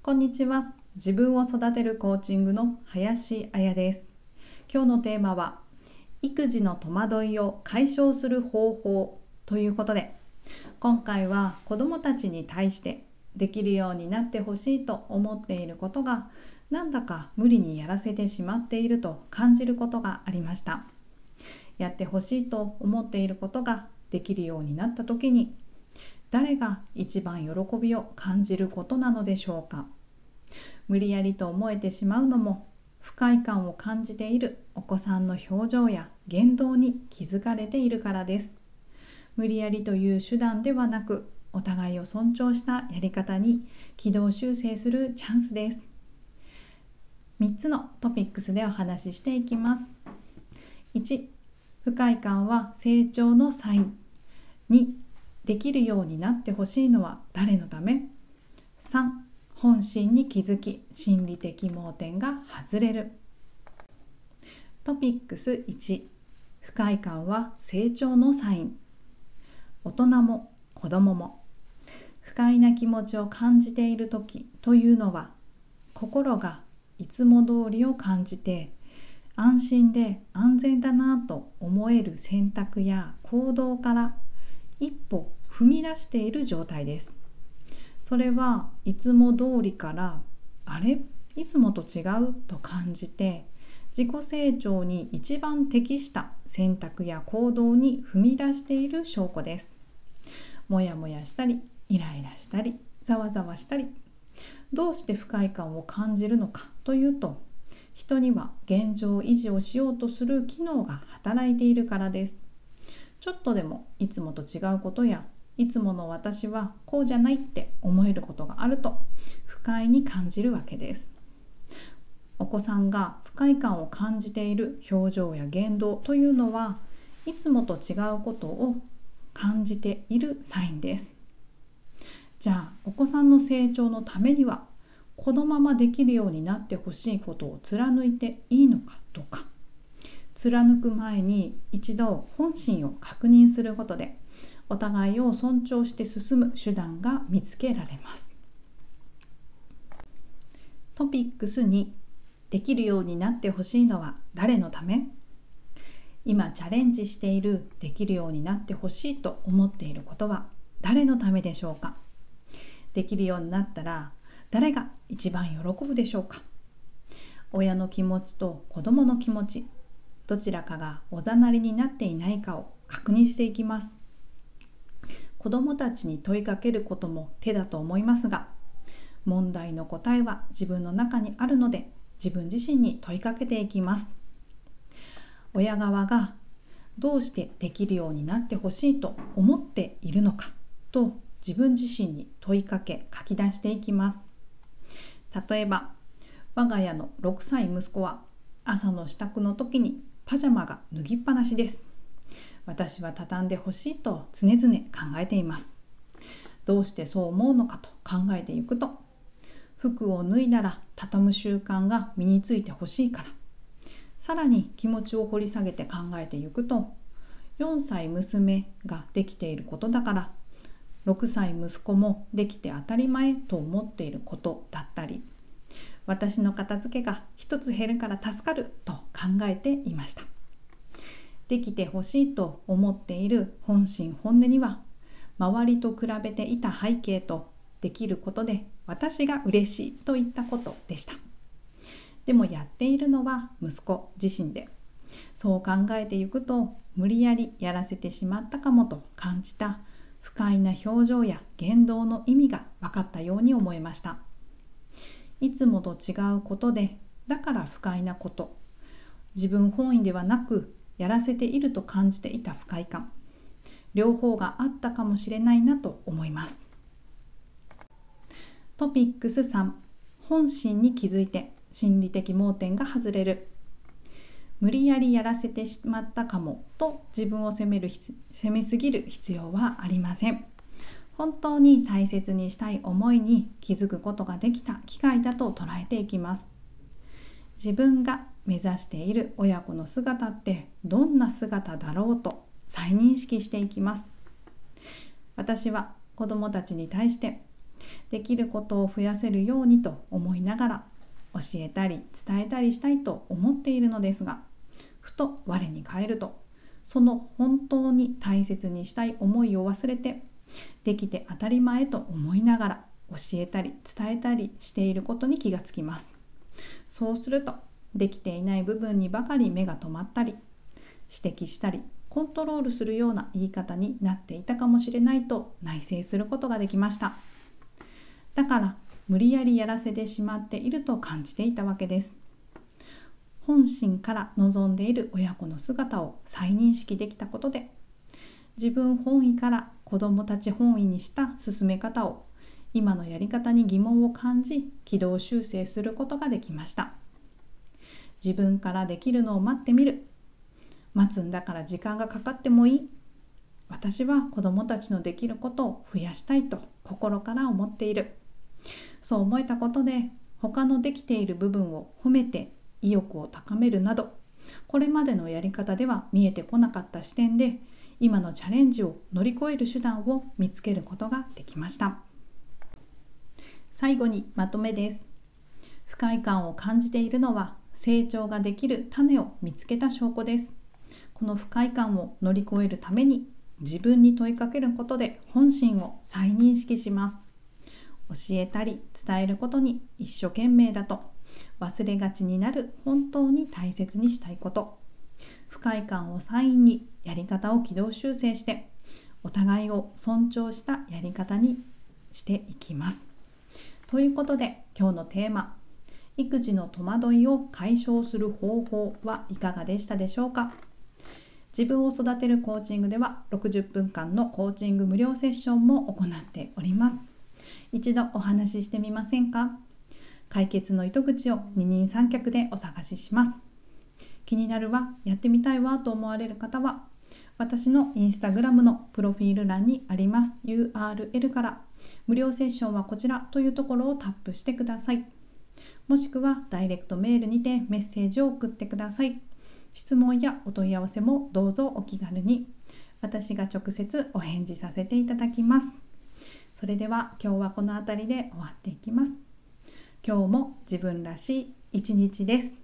こんにちは。自分を育てるコーチングの林彩です。今日のテーマは育児の戸惑いを解消する方法ということで、今回は子どもたちに対してできるようになってほしいと思っていることがなんだか無理にやらせてしまっていると感じることがありました。やってほしいと思っていることができるようになった時に誰が一番喜びを感じることなのでしょうか。無理やりと思えてしまうのも不快感を感じているお子さんの表情や言動に気づかれているからです。無理やりという手段ではなく、お互いを尊重したやり方に軌道修正するチャンスです。3つのトピックスでお話ししていきます。1、不快感は成長のサイン。2、できるようになってほしいのは誰のため。3、本心に気づき心理的盲点が外れる。トピックス1、不快感は成長のサイン。大人も子供も不快な気持ちを感じている時というのは、心がいつも通りを感じて安心で安全だなと思える選択や行動から一歩踏み出している状態です。それはいつも通りからいつもと違うと感じて、自己成長に一番適した選択や行動に踏み出している証拠です。もやもやしたりイライラしたりざわざわしたり、どうして不快感を感じるのかというと、人には現状維持をしようとする機能が働いているからです。ちょっとでもいつもと違うことや、いつもの私はこうじゃないって思えることがあると不快に感じるわけです。お子さんが不快感を感じている表情や言動というのは、いつもと違うことを感じているサインです。じゃあお子さんの成長のためには、このままできるようになってほしいことを貫いていいのかどうか。貫く前に一度本心を確認することで、お互いを尊重して進む手段が見つけられます。トピックス2、できるようになってほしいのは誰のため。今チャレンジしているできるようになってほしいと思っていることは誰のためでしょうか。できるようになったら誰が一番喜ぶでしょうか。親の気持ちと子どもの気持ち、どちらかがおざなりになっていないかを確認していきます。子どもたちに問いかけることも手だと思いますが、問題の答えは自分の中にあるので、自分自身に問いかけていきます。親側がどうしてできるようになってほしいと思っているのかと自分自身に問いかけ書き出していきます。例えば、我が家の6歳息子は朝の支度の時にパジャマが脱ぎっぱなしです。私は畳んでほしいと常々考えています。どうしてそう思うのかと考えていくと、服を脱いだら畳む習慣が身についてほしいから。さらに気持ちを掘り下げて考えていくと、4歳娘ができていることだから6歳息子もできて当たり前と思っていることだったり、私の片付けが一つ減るから助かると考えていました。できてほしいと思っている本心本音には、周りと比べていた背景とできることで私が嬉しいといったことでした。でもやっているのは息子自身で、そう考えていくと無理やりやらせてしまったかもと感じた不快な表情や言動の意味が分かったように思えました。いつもと違うことで、だから不快なこと、自分本位ではなくやらせていると感じていた不快感、両方があったかもしれないなと思います。トピックス3、本心に気づいて心理的盲点が外れる。無理やりやらせてしまったかもと自分を責めすぎる必要はありません。本当に大切にしたい思いに気づくことができた機会だと捉えていきます。自分が目指している親子の姿ってどんな姿だろうと再認識していきます。私は子どもたちに対して、 できることを増やせるようにと思いながら教えたり伝えたりしたいと思っているのですが、ふと我に返ると、その本当に大切にしたい思いを忘れて、できて当たり前と思いながら教えたり伝えたりしていることに気がつきます。そうすると、できていない部分にばかり目が止まったり、指摘したりコントロールするような言い方になっていたかもしれないと内省することができました。だから無理やりやらせてしまっていると感じていたわけです。本心から望んでいる親子の姿を再認識できたことで、自分本位から子どもたち本位にした進め方を、今のやり方に疑問を感じ軌道修正することができました。自分からできるのを待ってみる。待つんだから時間がかかってもいい。私は子どもたちのできることを増やしたいと心から思っている。そう思えたことで、他のできている部分を褒めて意欲を高めるなど、これまでのやり方では見えてこなかった視点で、今のチャレンジを乗り越える手段を見つけることができました。最後にまとめです。不快感を感じているのは、成長ができる種を見つけた証拠です。この不快感を乗り越えるために、自分に問いかけることで本心を再認識します。教えたり伝えることに一生懸命だと忘れがちになる本当に大切にしたいこと、不快感をサインにやり方を軌道修正して、お互いを尊重したやり方にしていきます。ということで、今日のテーマ、育児の戸惑いを解消する方法はいかがでしたでしょうか。自分を育てるコーチングでは60分間のコーチング無料セッションも行っております。一度お話ししてみませんか。解決の糸口を二人三脚でお探しします。気になるわ、やってみたいわと思われる方は、私のインスタグラムのプロフィール欄にあります URL から無料セッションはこちらというところをタップしてください。もしくはダイレクトメールにてメッセージを送ってください。質問やお問い合わせもどうぞお気軽に。私が直接お返事させていただきます。それでは今日はこの辺りで終わっていきます。今日も自分らしい一日です。